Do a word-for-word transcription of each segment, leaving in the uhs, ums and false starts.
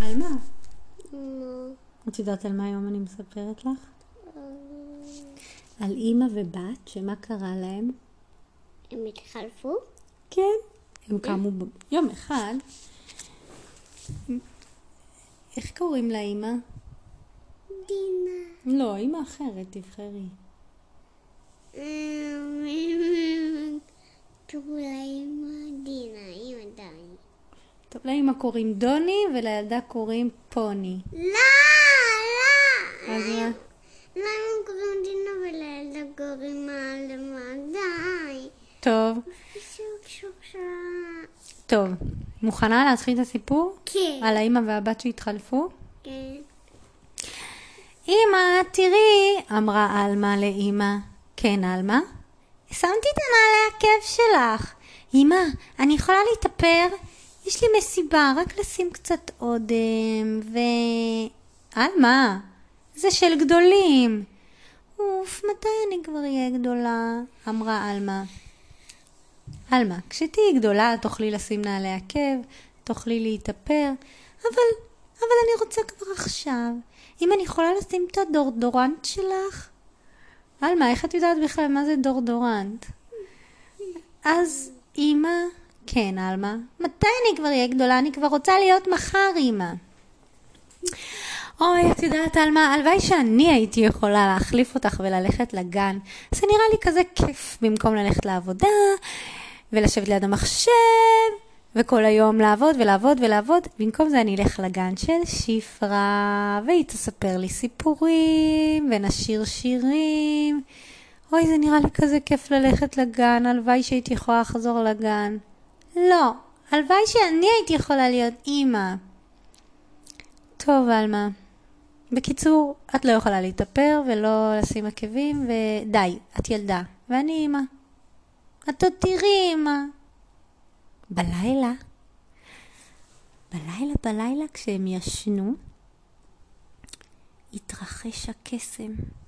על מה? מה? את יודעת על מה היום אני מספרת לך? על אמא ובת, שמה קרה להם? הם התחלפו? כן. הם קמו ב... יום אחד. איך קוראים לה אמא? דינה. לא, אמא אחרת, תבחרי. קראו לאמא דינה, אמא דני. טוב, לאמא קוראים דוני ולילדה קוראים פוני. לא, לא. אז מה? לאמא קוראים דינה ולילדה קוראים מעלמה, די. טוב. טוב, מוכנה להתחיל את הסיפור? כן. על האמא והבת שהתחלפו? כן. אמא, תראי, אמרה אלמה לאמא. כן, אלמה? שמתי את הנעלי הכיף שלך. אמא, אני יכולה להתאפר? יש לי מסיבה, רק לשים קצת אודם ו... אלמה, זה של גדולים. אוף, מתי אני כבר אהיה גדולה? אמרה אלמה. אלמה, כשתהיי גדולה תוכלי לשים נעלי עקב, תוכלי להתאפר, אבל, אבל אני רוצה כבר עכשיו. אם אני יכולה לשים את הדורדורנט שלך? אלמה, איך את יודעת בכלל מה זה דורדורנט? אז אמא, כן אלמה, מתי אני כבר אהיה גדולה? אני כבר רוצה להיות מחר אמא. אוי, את יודעת אלמה, הלוואי שאני הייתי יכולה להחליף אותך וללכת לגן. זה נראה לי כזה כיף במקום ללכת לעבודה ולשבת ליד המחשב וכל היום לעבוד ולעבוד ולעבוד. במקום זה אני אלך לגן של שפרה והיא תספר לי סיפורים ונשיר שירים. אוי, זה נראה לי כזה כיף ללכת לגן, הלוואי שהייתי יכולה לחזור לגן. לא, הלוואי שאני הייתי יכולה להיות אמא. טוב אלמה, בקיצור, את לא יכולה להתאפר ולא לשים עקבים ודי, את ילדה ואני אמא. את עוד תראי אמא. בלילה, בלילה בלילה כשהם ישנו, התרחש הקסם.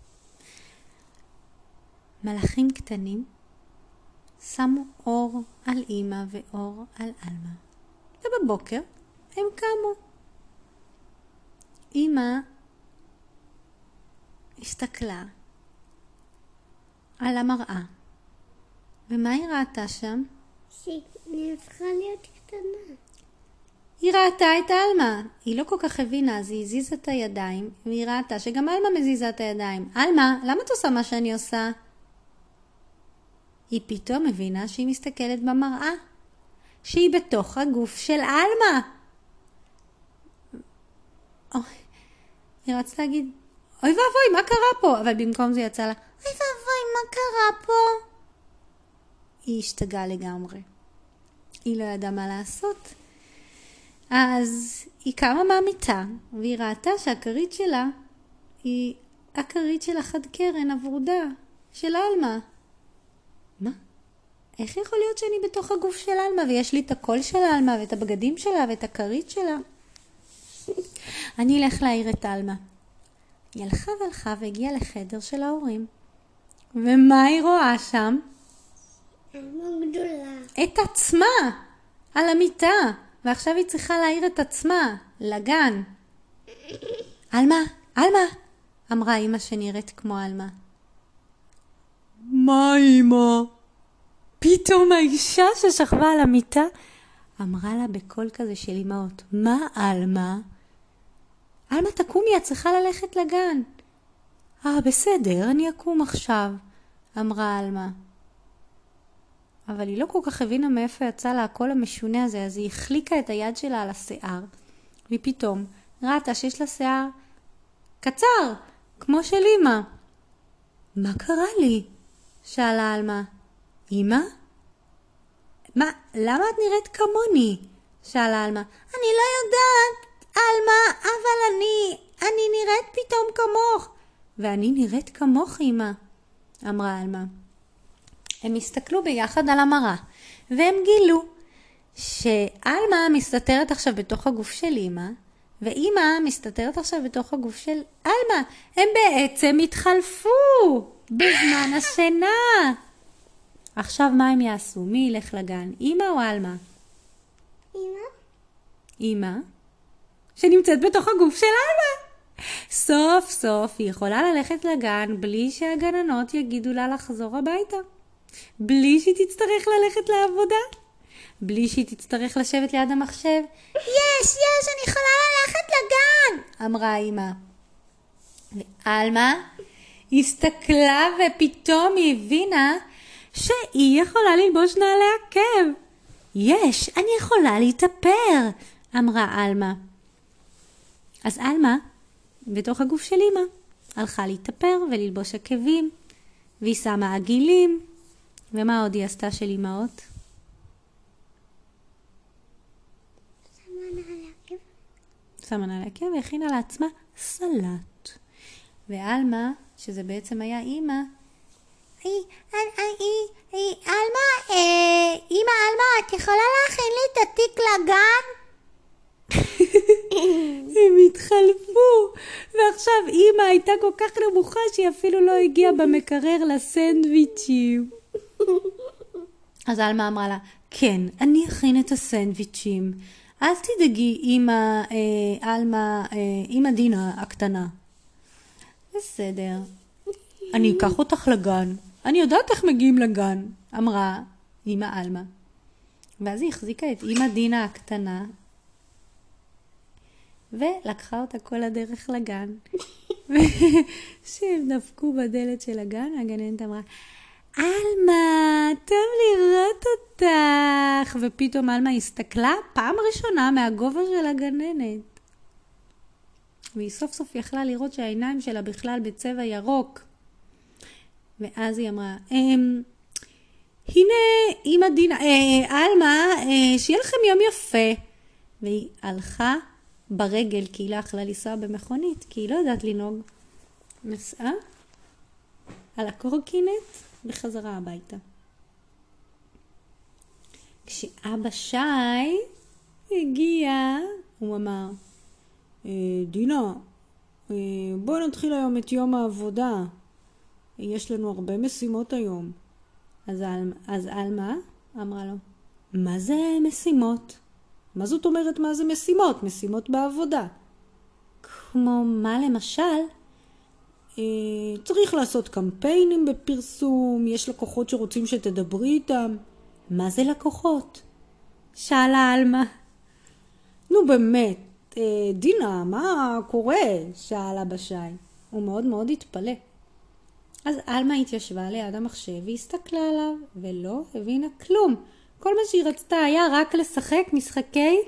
מלאכים קטנים שמו אור על אמא ואור על אלמה. ובבוקר הם קמו. אמא הסתכלה על המראה. ומה היא ראתה שם? שהיא הפכה להיות קטנה. היא ראתה את אלמה. היא לא כל כך הבינה, אז היא הזיזה את הידיים, והיא ראתה שגם אלמה מזיזה את הידיים. אלמה, למה את עושה מה שאני עושה? היא פתאום הבינה שהיא מסתכלת במראה. שהיא בתוך הגוף של אלמה. אוי, היא רצתה להגיד, אוי ואבוי, מה קרה פה? אבל במקום זה יצא לה, אוי ואבוי, מה קרה פה? היא השתגעה לגמרי. היא לא ידעה מה לעשות. אז היא קמה מהמיטה, והיא ראתה שהכרית שלה היא הכרית של החד קרן הוורודה של אלמה. מה? איך יכול להיות שאני בתוך הגוף של אלמה, ויש לי את הקול של אלמה, ואת הבגדים שלה, ואת הכרית שלה? אני אלך להעיר את אלמה. היא הלכה והלכה והגיעה לחדר של ההורים. ומה היא רואה שם? אלמה גדולה. את עצמה, על המיטה. ועכשיו היא צריכה להעיר את עצמה, לגן. אלמה, אלמה, אמרה אמא שנראית כמו אלמה. מה אמא? פתאום האישה ששכבה על המיטה אמרה לה בקול כזה של אמאות, מה אלמה? אלמה תקומי, את צריכה ללכת לגן. אה, בסדר, אני אקום עכשיו, אמרה אלמה. אבל היא לא כל כך הבינה מאיפה יצא לה הקול המשונה הזה, אז היא החליקה את היד שלה על השיער, והיא פתאום ראתה שיש לה שיער קצר, כמו של אמא. מה קרה לי? שאלה אלמה. אמא? מה, למה את נראית כמוני? שאלה אלמה. אני לא יודעת, אלמה, אבל אני, אני נראית פתאום כמוך. ואני נראית כמוך, אמא, אמרה אלמה. הם הסתכלו ביחד על המראה, והם גילו שאלמה מסתתרת עכשיו בתוך הגוף של אמא, ואמא מסתתרת עכשיו בתוך הגוף של אלמה. הם בעצם התחלפו בזמן השינה. עכשיו מה הם יעשו? מי ילך לגן? אמא או אלמה? אמא? אמא? שנמצאת בתוך הגוף של אלמה. סוף סוף היא יכולה ללכת לגן בלי שהגננות יגידו לה לחזור הביתה. בלי שהיא תצטרך ללכת לעבודה. בלי שהיא תצטרך לשבת ליד המחשב. יש, יש, אני יכולה ללכת לגן, אמרה האמא. ואלמה הסתכלה ופתאום היא הבינה שהיא יכולה ללבוש נעלי עקב. יש, אני יכולה להתאפר, אמרה אלמה. אז אלמה, בתוך הגוף של אמא, הלכה להתאפר וללבוש עקבים, והיא שמה עגילים. ומה עוד היא עשתה של אמאות? שמה נעלי עקב והכינה לעצמה סלט. ואלמה, שזה בעצם היה אמא, אלמה, אמא אלמה, את יכולה להכין לי את התיק לגן? הם התחלפו, ועכשיו אמא הייתה כל כך נמוכה שהיא אפילו לא הגיעה במקרר לסנדוויצ'ים. אז אלמה אמרה לה, כן, אני אכין את הסנדוויצ'ים. אל תדאגי, אמא, אה, אלמה, אה, אמא דינה הקטנה. בסדר. אני אקח אותך לגן. אני יודעת איך מגיעים לגן, אמרה אמא אלמה. ואז היא החזיקה את אמא דינה הקטנה, ולקחה אותה כל הדרך לגן. כשהם דפקו בדלת של הגן, הגננת אמרה, אלמה, טוב לראות אותך. ופתאום אלמה הסתכלה פעם ראשונה מהגובה של הגננת. והיא סוף סוף יכלה לראות שהעיניים שלה בכלל בצבע ירוק. ואז היא אמרה, אמ, הנה אמא דינה, אה, אלמה, אה, שיהיה לכם יום יפה. והיא הלכה ברגל, כי היא לא יכלה לנסוע במכונית, כי היא לא יודעת לנהוג. נסעה על הקורקינט בחזרה הביתה. כשאבא שי הגיע, הוא אמר, אה, דינה, אה, בואי נתחיל היום את יום העבודה. יש לנו הרבה משימות היום. אז, אז אלמה אמרה לו, מה זה משימות? מה זאת אומרת מה זה משימות? משימות בעבודה. כמו מה למשל? אה, צריך לעשות קמפיינים בפרסום, יש לקוחות שרוצים שתדברי איתם. מה זה לקוחות? שאלה אלמה. נו באמת, אה, דינה, מה קורה? שאלה בשי. הוא מאוד מאוד התפלא. אז אלמה התיישבה ליד המחשב והסתכלה עליו ולא הבינה כלום. כל מה שהיא רצתה היה רק לשחק משחקי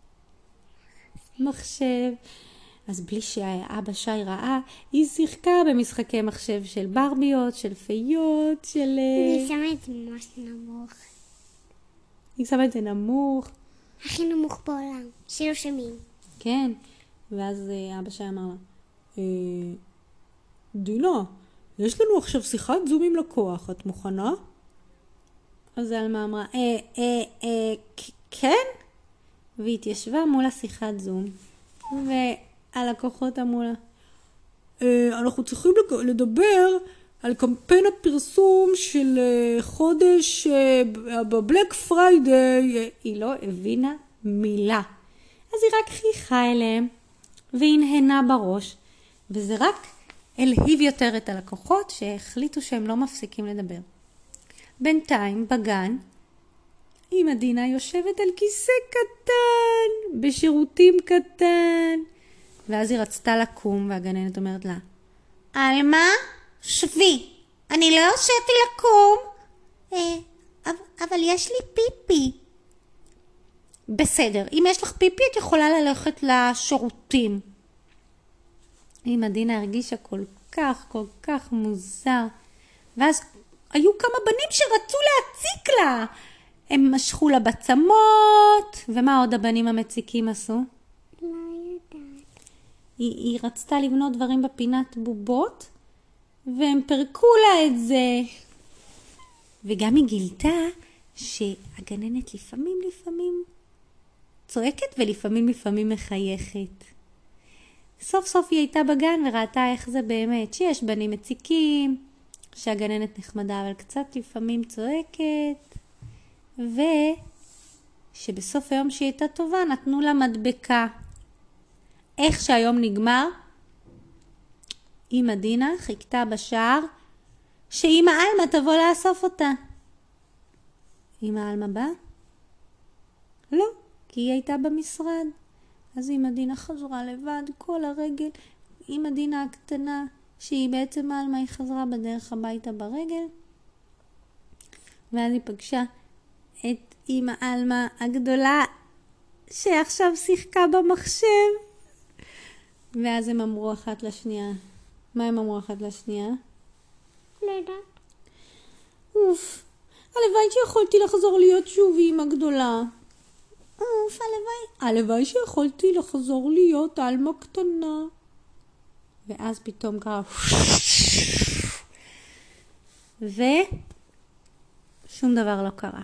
מחשב. אז בלי שאבא שי ראה, היא שיחקה במשחקי מחשב של ברביות, של פיות, של... אני שמה את זה ממש נמוך. היא שמה את זה נמוך. הכי נמוך בעולם, שלא שומעים. כן, ואז אבא שי אמר לה, אה, דינה, יש לנו עכשיו שיחת זום עם לקוח, את מוכנה? אז אלמה אמרה, אה, אה, אה, כן? והיא התיישבה מול השיחת זום, והלקוחות אמרו לה, אה, אנחנו צריכים לדבר על קמפיין הפרסום של חודש בבלק פריידיי. היא לא הבינה מילה. אז היא רק חיכה אליהם, והנהנה בראש, וזה רק הלהיב יותר את הלקוחות שהחליטו שהם לא מפסיקים לדבר. בינתיים בגן, אמא דינה יושבת על כיסא קטן, בשירותים קטן, ואז היא רצתה לקום, והגננת אומרת לה, אלמה, שבי, אני לא הרשיתי לקום. אה, אבל יש לי פיפי. בסדר, אם יש לך פיפי את יכולה ללכת לשירותים. אמא דינה הרגישה כל כך, כל כך מוזר. ואז היו כמה בנים שרצו להציק לה. הם משכו לה בצמות, ומה עוד הבנים המציקים עשו? לא יודעת. היא, היא רצתה לבנות דברים בפינת בובות, והם פרקו לה את זה. וגם היא גילתה שהגננת לפעמים לפעמים צועקת ולפעמים לפעמים מחייכת. סוף סוף היא הייתה בגן וראתה איך זה באמת, שיש בנים מציקים, שהגננת נחמדה אבל קצת לפעמים צועקת, ושבסוף היום שהיא הייתה טובה נתנו לה מדבקה. איך שהיום נגמר, אמא דינה חיכתה בשער שאמא אלמה תבוא לאסוף אותה. אמא אלמה באה? לא, כי היא הייתה במשרד. אז אמא דינה חזרה לבד, כל הרגל. אמא דינה הקטנה, שהיא בעצם אלמה, היא חזרה בדרך הביתה ברגל. ואז היא פגשה את אמא אלמה הגדולה, שעכשיו שיחקה במחשב. ואז הם אמרו אחת לשנייה. מה הם אמרו אחת לשנייה? לא יודעת. אוף, הלוואי שיכולתי לחזור להיות שוב אמא גדולה. אוף, הלוואי. הלוואי שיכולתי לחזור להיות אלמה קטנה. ואז פתאום קרה ושום דבר לא קרה.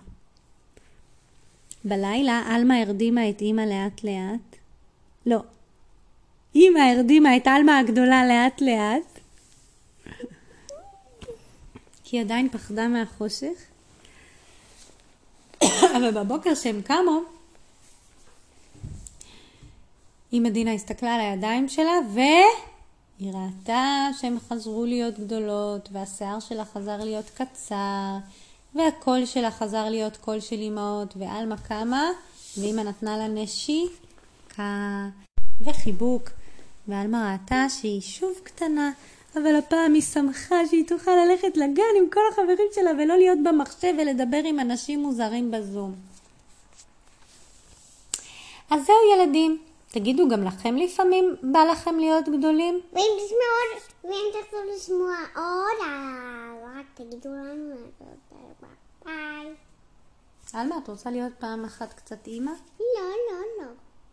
בלילה אלמה הרדימה את אמא לאט לאט. לא. אמא הרדימה את אלמה הגדולה לאט לאט. כי היא עדיין פחדה מהחושך. אבל בבוקר שהם קמו, אמא דינה הסתכלה על הידיים שלה והיא ראתה שהם חזרו להיות גדולות, והשיער שלה חזר להיות קצר, והקול שלה חזר להיות קול של אמהות, ואלמה קמה ואמא נתנה לה נשיקה וחיבוק, ואלמה ראתה שהיא שוב קטנה, אבל הפעם היא שמחה שהיא תוכל ללכת לגן עם כל החברים שלה ולא להיות במחשב ולדבר עם אנשים מוזרים בזום. אז זהו ילדים, תגידו גם לכם לפעמים בא לכם להיות גדולים? ואם תשמעו עוד, ואם תרצו לשמוע עוד, רק תגידו לנו. ביי. אלמה, את רוצה להיות פעם אחת קצת אימא? לא, לא, לא.